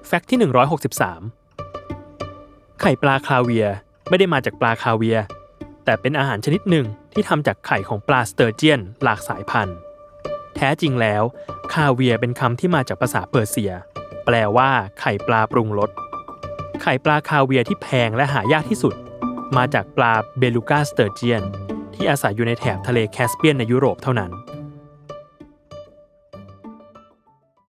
แฟกต์ที่163ไข่ปลาคาเวียร์ไม่ได้มาจากปลาคาเวียร์แต่เป็นอาหารชนิดหนึ่งที่ทำจากไข่ของปลาสเตอร์เจียนหลากสายพันธุ์แท้จริงแล้วคาเวียร์เป็นคำที่มาจากภาษาเปอร์เซียแปลว่าไข่ปลาปรุงรสไข่ปลาคาเวียร์ที่แพงและหายากที่สุดมาจากปลาเบลูกาสเตอร์เจียนที่อาศัยอยู่ในแถบทะเลแคสเปียนในยุโรปเท่านั้น